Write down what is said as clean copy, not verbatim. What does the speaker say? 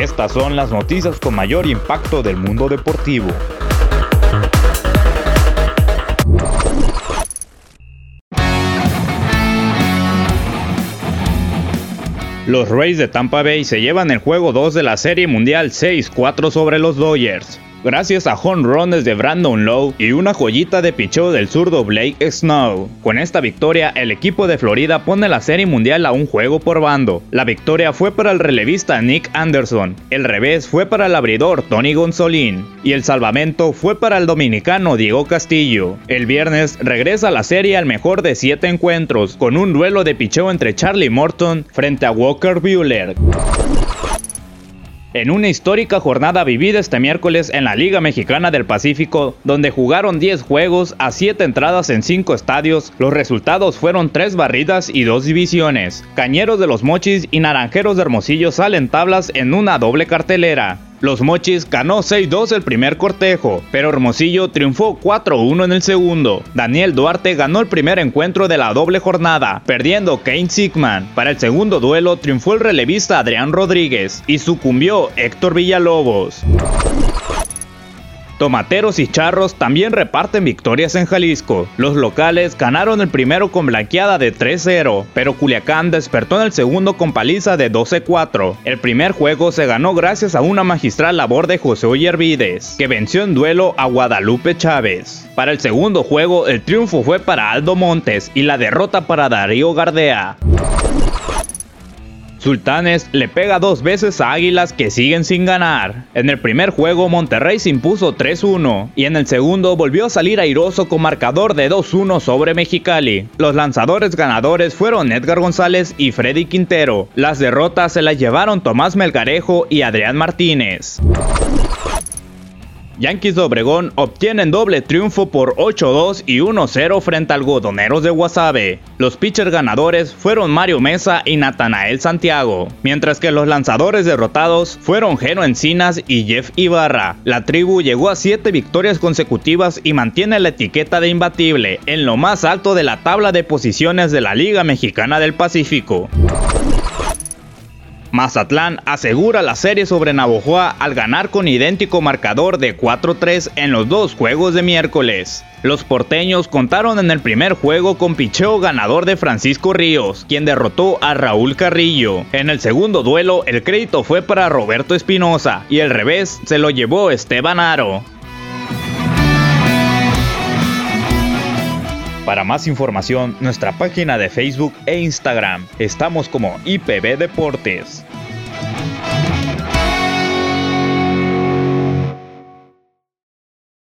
Estas son las noticias con mayor impacto del mundo deportivo. Los Rays de Tampa Bay se llevan el juego 2 de la Serie Mundial 6-4 sobre los Dodgers, gracias a jonrones de Brandon Lowe y una joyita de picheo del zurdo Blake Snow. Con esta victoria, el equipo de Florida pone la Serie Mundial a un juego por bando. La victoria fue para el relevista Nick Anderson, el revés fue para el abridor Tony Gonsolin y el salvamento fue para el dominicano Diego Castillo. El viernes regresa la serie al mejor de 7 encuentros, con un duelo de picheo entre Charlie Morton frente a Walker Buehler. En una histórica jornada vivida este miércoles en la Liga Mexicana del Pacífico, donde jugaron 10 juegos a 7 entradas en 5 estadios, los resultados fueron 3 barridas y 2 divisiones. Cañeros de los Mochis y Naranjeros de Hermosillo salen tablas en una doble cartelera. Los Mochis ganó 6-2 el primer cortejo, pero Hermosillo triunfó 4-1 en el segundo. Daniel Duarte ganó el primer encuentro de la doble jornada, perdiendo Kane Sigman. Para el segundo duelo triunfó el relevista Adrián Rodríguez y sucumbió Héctor Villalobos. Tomateros y Charros también reparten victorias en Jalisco. Los locales ganaron el primero con blanqueada de 3-0, pero Culiacán despertó en el segundo con paliza de 12-4. El primer juego se ganó gracias a una magistral labor de José Ollervides, que venció en duelo a Guadalupe Chávez. Para el segundo juego, el triunfo fue para Aldo Montes y la derrota para Darío Gardea. Sultanes le pega 2 veces a Águilas, que siguen sin ganar. En el primer juego Monterrey se impuso 3-1 y en el segundo volvió a salir airoso con marcador de 2-1 sobre Mexicali. Los lanzadores ganadores fueron Edgar González y Freddy Quintero. Las derrotas se las llevaron Tomás Melgarejo y Adrián Martínez. Yankees de Obregón obtienen doble triunfo por 8-2 y 1-0 frente a Algodoneros de Guasave. Los pitchers ganadores fueron Mario Mesa y Natanael Santiago, mientras que los lanzadores derrotados fueron Geno Encinas y Jeff Ibarra. La tribu llegó a 7 victorias consecutivas y mantiene la etiqueta de imbatible en lo más alto de la tabla de posiciones de la Liga Mexicana del Pacífico. Mazatlán asegura la serie sobre Navojoa al ganar con idéntico marcador de 4-3 en los 2 juegos de miércoles. Los porteños contaron en el primer juego con picheo ganador de Francisco Ríos, quien derrotó a Raúl Carrillo. En el segundo duelo, el crédito fue para Roberto Espinosa y el revés se lo llevó Esteban Aro. Para más información, nuestra página de Facebook e Instagram. Estamos como IPB Deportes.